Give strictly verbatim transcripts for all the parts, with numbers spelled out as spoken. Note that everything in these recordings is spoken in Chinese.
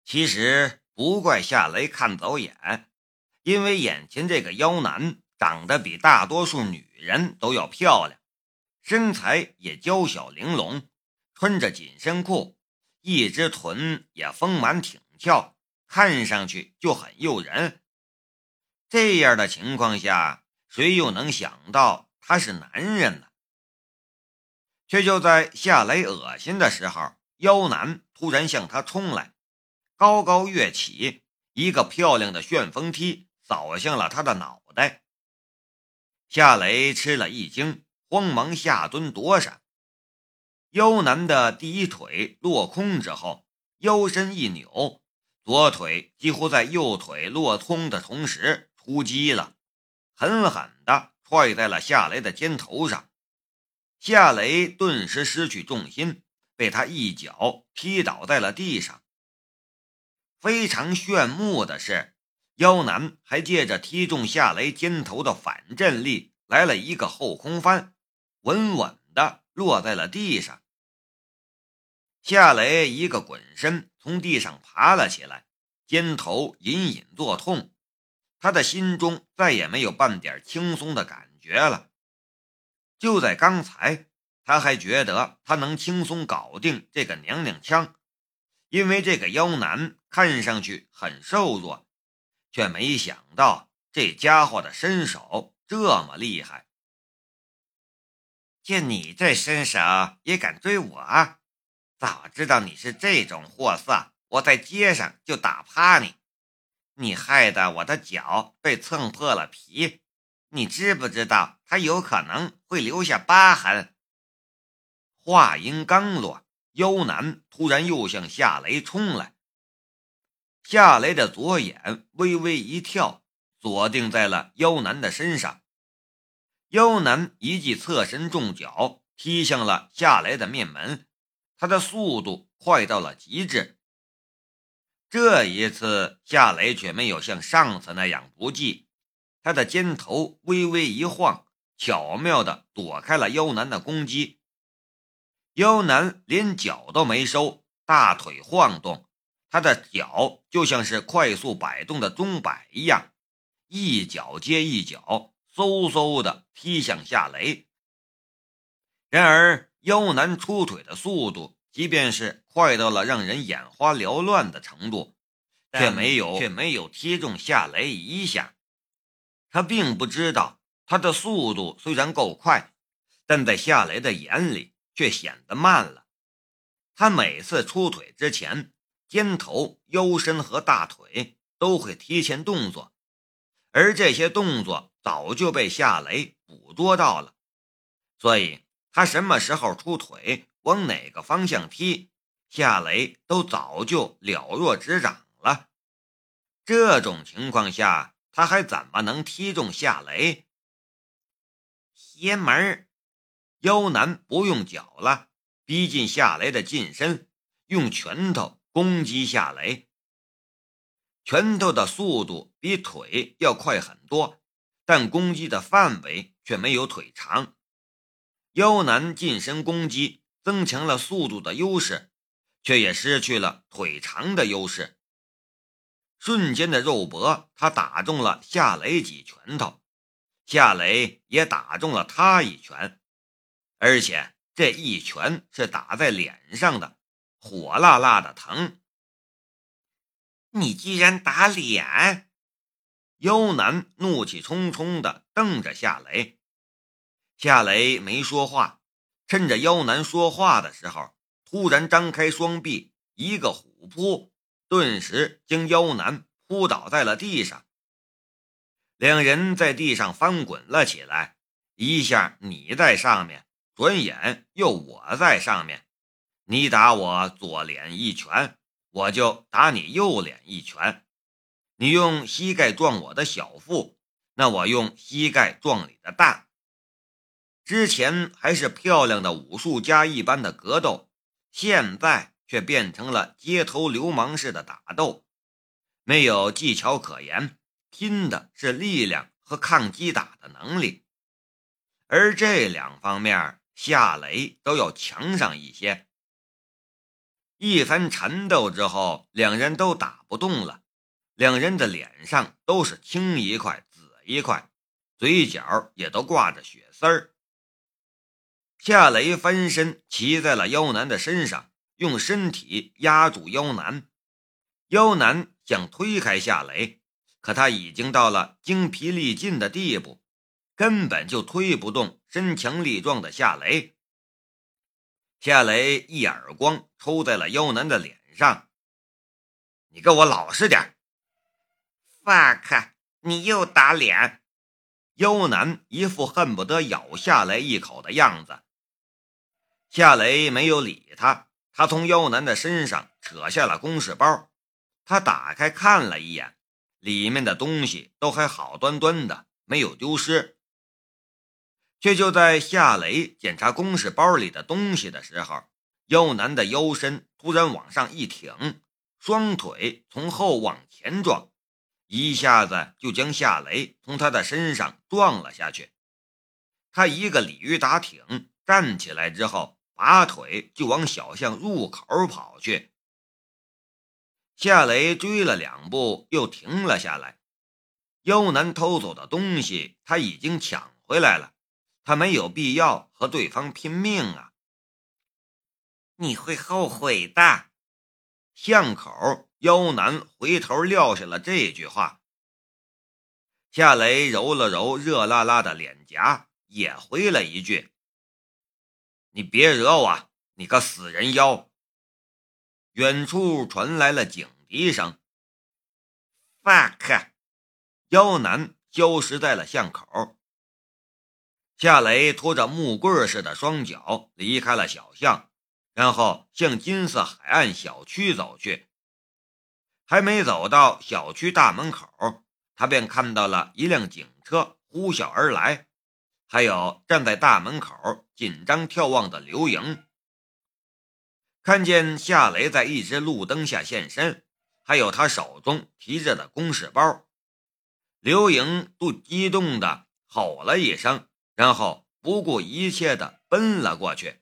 其实不怪夏雷看走眼，因为眼前这个妖男长得比大多数女人都要漂亮，身材也娇小玲珑，穿着紧身裤，一只臀也丰满挺翘，看上去就很诱人。这样的情况下，谁又能想到他是男人呢？却就在夏雷恶心的时候，妖男突然向他冲来，高高跃起，一个漂亮的旋风踢扫向了他的脑袋。夏雷吃了一惊，慌忙下蹲躲闪。妖男的第一腿落空之后，腰身一扭，左腿几乎在右腿落空的同时出击了，狠狠地踹在了夏雷的肩头上。夏雷顿时失去重心，被他一脚踢倒在了地上。非常炫目的是，妖男还借着踢中夏雷肩头的反震力来了一个后空翻，稳稳地落在了地上。夏雷一个滚身从地上爬了起来，肩头隐隐作痛，他的心中再也没有半点轻松的感觉了。就在刚才，他还觉得他能轻松搞定这个娘娘腔，因为这个妖男看上去很瘦弱，却没想到这家伙的身手这么厉害。就你这身手也敢追我？早知道你是这种货色，我在街上就打趴你。你害得我的脚被蹭破了皮，你知不知道他有可能会留下疤痕？话音刚落，妖男突然又向夏雷冲来。夏雷的左眼微微一跳，锁定在了妖男的身上。妖男一记侧身重脚踢向了夏雷的面门，他的速度快到了极致。这一次夏雷却没有像上次那样不济，他的肩头微微一晃，巧妙地躲开了妖男的攻击。妖男连脚都没收，大腿晃动，他的脚就像是快速摆动的钟摆一样，一脚接一脚，嗖嗖地踢向夏雷。然而妖男出腿的速度即便是快到了让人眼花缭乱的程度，却没有却没有踢中夏雷一下。他并不知道，他的速度虽然够快，但在夏雷的眼里却显得慢了。他每次出腿之前，肩头、腰身和大腿都会提前动作，而这些动作早就被夏雷捕捉到了，所以他什么时候出腿，往哪个方向踢，夏雷都早就了若指掌了。这种情况下，他还怎么能踢中夏雷？邪门！妖男不用脚了，逼近夏雷的近身，用拳头攻击夏雷。拳头的速度比腿要快很多，但攻击的范围却没有腿长。妖男近身攻击增强了速度的优势，却也失去了腿长的优势。瞬间的肉搏，他打中了夏雷几拳头，夏雷也打中了他一拳，而且这一拳是打在脸上的，火辣辣的疼。你居然打脸！妖男怒气冲冲地瞪着夏雷。夏雷没说话，趁着妖男说话的时候，突然张开双臂，一个虎扑，顿时将妖男扑倒在了地上。两人在地上翻滚了起来，一下你在上面，转眼又我在上面。你打我左脸一拳，我就打你右脸一拳。你用膝盖撞我的小腹，那我用膝盖撞你的蛋。之前还是漂亮的武术家一般的格斗，现在却变成了街头流氓式的打斗，没有技巧可言，拼的是力量和抗击打的能力。而这两方面夏雷都要强上一些。 一番缠斗之后，两人都打不动了，两人的脸上都是青一块紫一块，嘴角也都挂着血丝儿。夏雷翻身骑在了妖男的身上，用身体压住妖男。妖男想推开夏雷，可他已经到了精疲力尽的地步，根本就推不动身强力壮的夏雷。夏雷一耳光抽在了妖男的脸上。你给我老实点 fuck， 你又打脸。 妖男一副恨不得咬夏雷一口的样子。夏雷没有理他，他从妖男的身上扯下了公事包，他打开看了一眼，里面的东西都还好端端的，没有丢失。却就在夏雷检查公事包里的东西的时候，妖男的腰身突然往上一挺，双腿从后往前撞，一下子就将夏雷从他的身上撞了下去。他一个鲤鱼打挺，站起来之后，拔腿就往小巷入口跑去。夏雷追了两步，又停了下来。妖男偷走的东西他已经抢回来了，他没有必要和对方拼命啊！ 你会后悔的。 巷口，妖男回头撂下了这句话。夏雷揉了揉热辣辣的脸颊，也回了一句：你别惹我，你个死人妖！远处传来了警笛声。 fuck！ 妖男消失在了巷口。夏雷拖着木棍似的双脚离开了小巷，然后向金色海岸小区走去。还没走到小区大门口，他便看到了一辆警车呼啸而来，还有站在大门口紧张眺望的刘莹。看见夏雷在一只路灯下现身，还有他手中提着的公事包，刘莹都激动地吼了一声，然后不顾一切地奔了过去。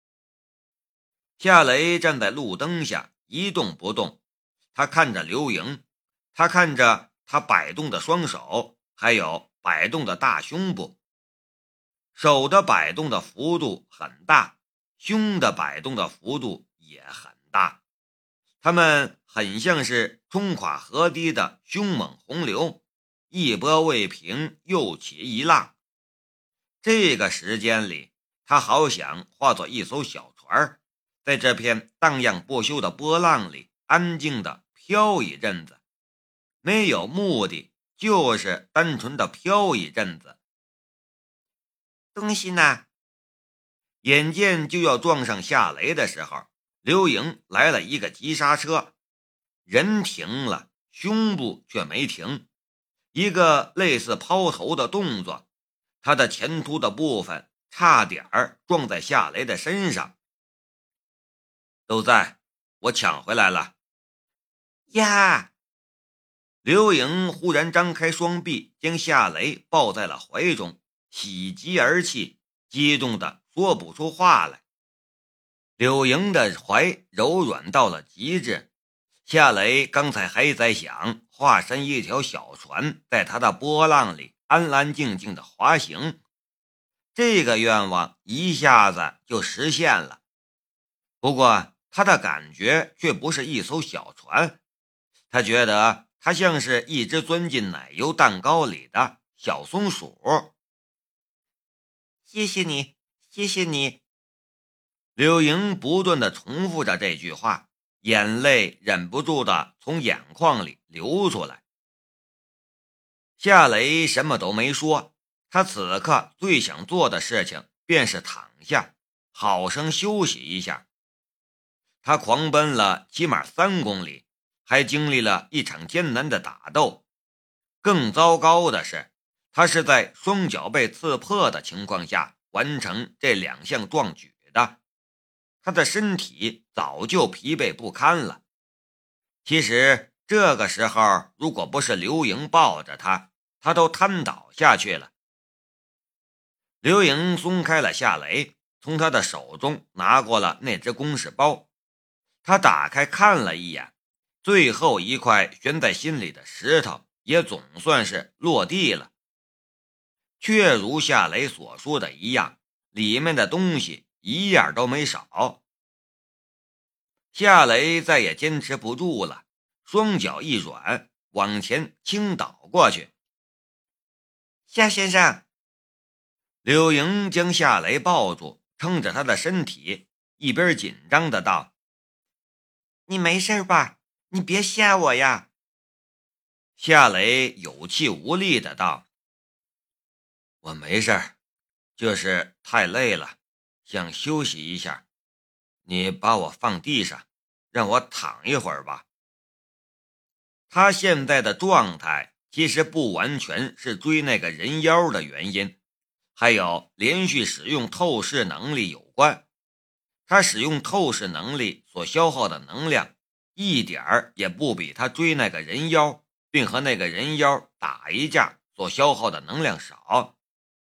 夏雷站在路灯下一动不动，他看着刘莹，他看着他摆动的双手，还有摆动的大胸部。手的摆动的幅度很大，胸的摆动的幅度也很大，他们很像是冲垮河堤的凶猛洪流，一波未平又起一浪。这个时间里，他好想化作一艘小船，在这片荡漾不休的波浪里安静地飘一阵子，没有目的，就是单纯的飘一阵子。 东西呢？ 眼见就要撞上夏雷的时候，刘莹来了一个急刹车，人停了，胸部却没停，一个类似抛头的动作，他的前凸的部分差点儿撞在夏雷的身上。都在，我抢回来了。 呀！ 刘莹忽然张开双臂，将夏雷抱在了怀中，喜极而泣，激动的说不出话来。柳莹的怀柔软到了极致，夏雷刚才还在想化身一条小船，在他的波浪里安安静静的滑行，这个愿望一下子就实现了。不过他的感觉却不是一艘小船，他觉得他像是一只钻进奶油蛋糕里的小松鼠。 谢谢你，谢谢你。 柳莹不断地重复着这句话，眼泪忍不住地从眼眶里流出来。夏雷什么都没说，他此刻最想做的事情便是躺下，好生休息一下。他狂奔了起码三公里，还经历了一场艰难的打斗。更糟糕的是，他是在双脚被刺破的情况下完成这两项壮举的。他的身体早就疲惫不堪了。其实这个时候，如果不是刘莹抱着他，他都瘫倒下去了。刘莹松开了夏雷，从他的手中拿过了那只公事包。 他打开看了一眼，最后一块悬在心里的石头也总算是落地了。确如夏雷所说的一样，里面的东西一样都没少。夏雷再也坚持不住了，双脚一软，往前倾倒过去。 夏先生， 柳莹将夏雷抱住，撑着他的身体，一边紧张的道： 你没事吧？你别吓我呀。 夏雷有气无力的道：我没事儿，就是太累了，想休息一下。你把我放地上，让我躺一会儿吧。他现在的状态其实不完全是追那个人妖的原因，还有连续使用透视能力有关。他使用透视能力所消耗的能量，一点儿也不比他追那个人妖并和那个人妖打一架所消耗的能量少。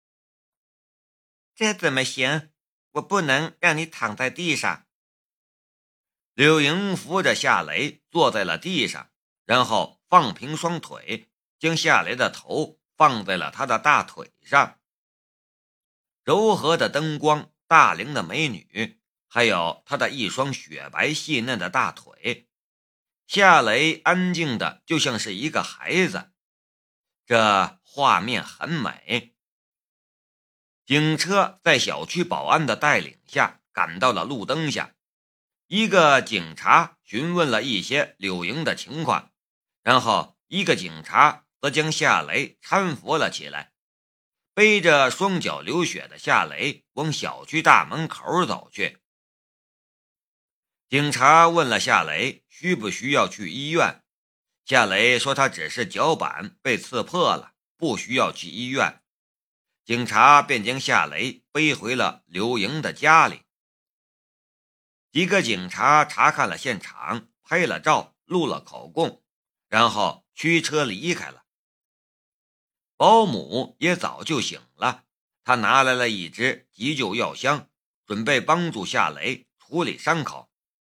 这怎么行？我不能让你躺在地上。 柳莹扶着夏雷坐在了地上，然后放平双腿，将夏雷的头放在了他的大腿上。柔和的灯光，大龄的美女，还有他的一双雪白细嫩的大腿，夏雷安静的就像是一个孩子，这画面很美。警车在小区保安的带领下赶到了路灯下，一个警察询问了一些柳莹的情况，然后一个警察则将夏雷搀扶了起来，背着双脚流血的夏雷往小区大门口走去。警察问了夏雷需不需要去医院，夏雷说他只是脚板被刺破了，不需要去医院。警察便将夏雷背回了刘莹的家里。几个警察查看了现场，拍了照，录了口供，然后驱车离开了。保姆也早就醒了，他拿来了一支急救药箱，准备帮助夏雷处理伤口。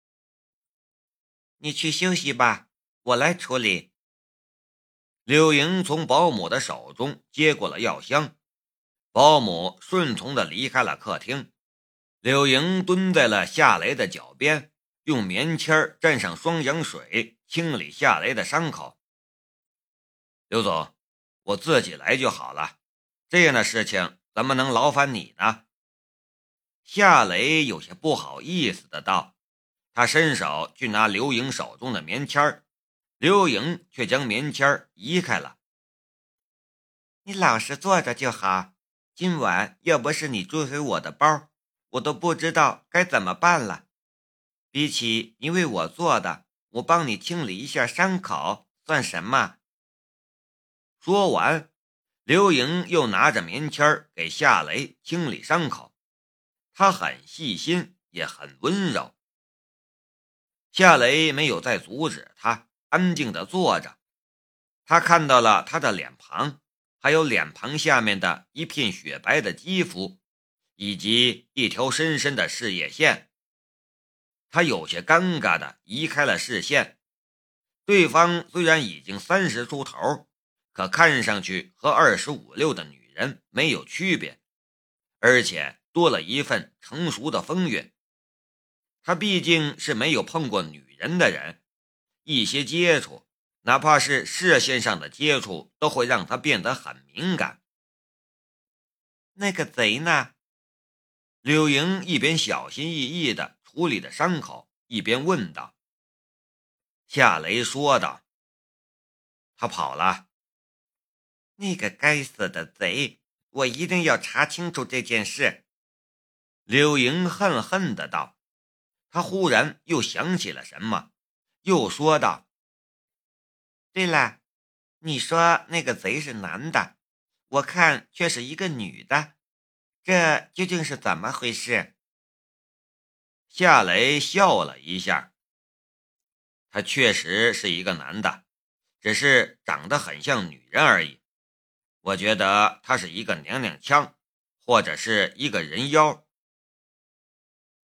你去休息吧，我来处理。 柳莹从保姆的手中接过了药箱，保姆顺从地离开了客厅。柳莹蹲在了夏雷的脚边，用棉签蘸上双氧水清理夏雷的伤口。刘总，我自己来就好了，这样的事情怎么能劳烦你呢？夏雷有些不好意思的道，他伸手去拿刘莹手中的棉签，刘莹却将棉签移开了。 你老实坐着就好，今晚要不是你追回我的包，我都不知道该怎么办了。比起你为我做的，我帮你清理一下伤口算什么？ 说完，刘莹又拿着棉签给夏雷清理伤口，她很细心也很温柔。夏雷没有再阻止他，安静地坐着。他看到了他的脸庞，还有脸庞下面的一片雪白的肌肤，以及一条深深的事业线。他有些尴尬地移开了视线。对方虽然已经三十出头，可看上去和二十五六的女人没有区别，而且多了一份成熟的风韵。他毕竟是没有碰过女人的人，一些接触，哪怕是视线上的接触，都会让他变得很敏感。 那个贼呢？ 柳莹一边小心翼翼地处理着伤口，一边问道。夏雷说道：他跑了。 那个该死的贼，我一定要查清楚这件事。 柳莹恨恨的道。他忽然又想起了什么，又说道： 对了，你说那个贼是男的，我看却是一个女的，这究竟是怎么回事？ 夏雷笑了一下。他确实是一个男的，只是长得很像女人而已。我觉得他是一个娘娘腔，或者是一个人妖。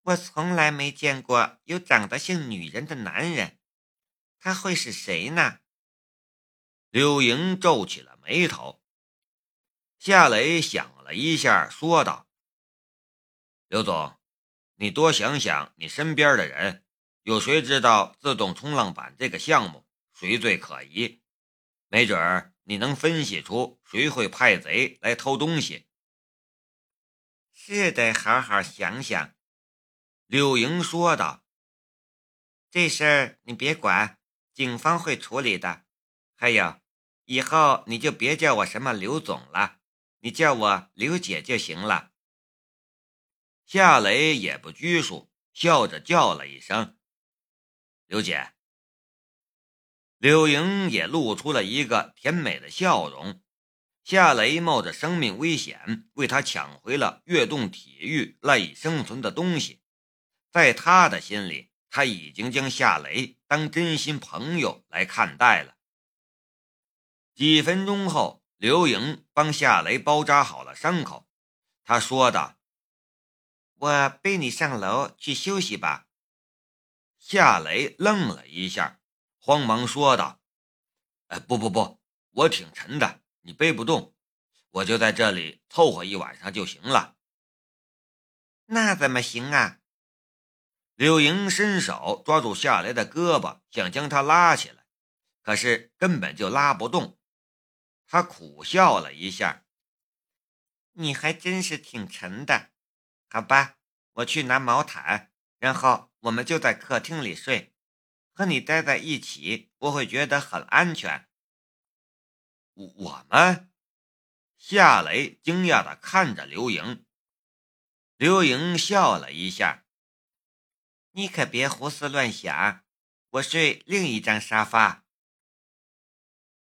我从来没见过有长得像女人的男人，他会是谁呢？ 柳莹皱起了眉头。夏雷想了一下，说道：“刘总，你多想想你身边的人，有谁知道自动冲浪板这个项目谁最可疑？没准儿你能分析出谁会派贼来偷东西。” 是得好好想想， 柳莹说道。 这事儿你别管，警方会处理的。还有，以后你就别叫我什么刘总了，你叫我刘姐就行了。 夏雷也不拘束，笑着叫了一声：“刘姐。”柳莹也露出了一个甜美的笑容。夏雷冒着生命危险为他抢回了跃动体育赖以生存的东西，在他的心里，他已经将夏雷当真心朋友来看待了。几分钟后，刘莹帮夏雷包扎好了伤口，他说道：“ 我背你上楼去休息吧。” 夏雷愣了一下，慌忙说道：“哎，不不不，我挺沉的，你背不动，我就在这里凑合一晚上就行了。” 那怎么行啊？ 柳莹伸手抓住夏雷的胳膊，想将他拉起来，可是根本就拉不动。他苦笑了一下：“ 你还真是挺沉的。好吧，我去拿毛毯，然后我们就在客厅里睡。和你待在一起，我会觉得很安全。” 我们？夏雷惊讶地看着刘莹。 刘莹笑了一下：“你可别胡思乱想，我睡另一张沙发。”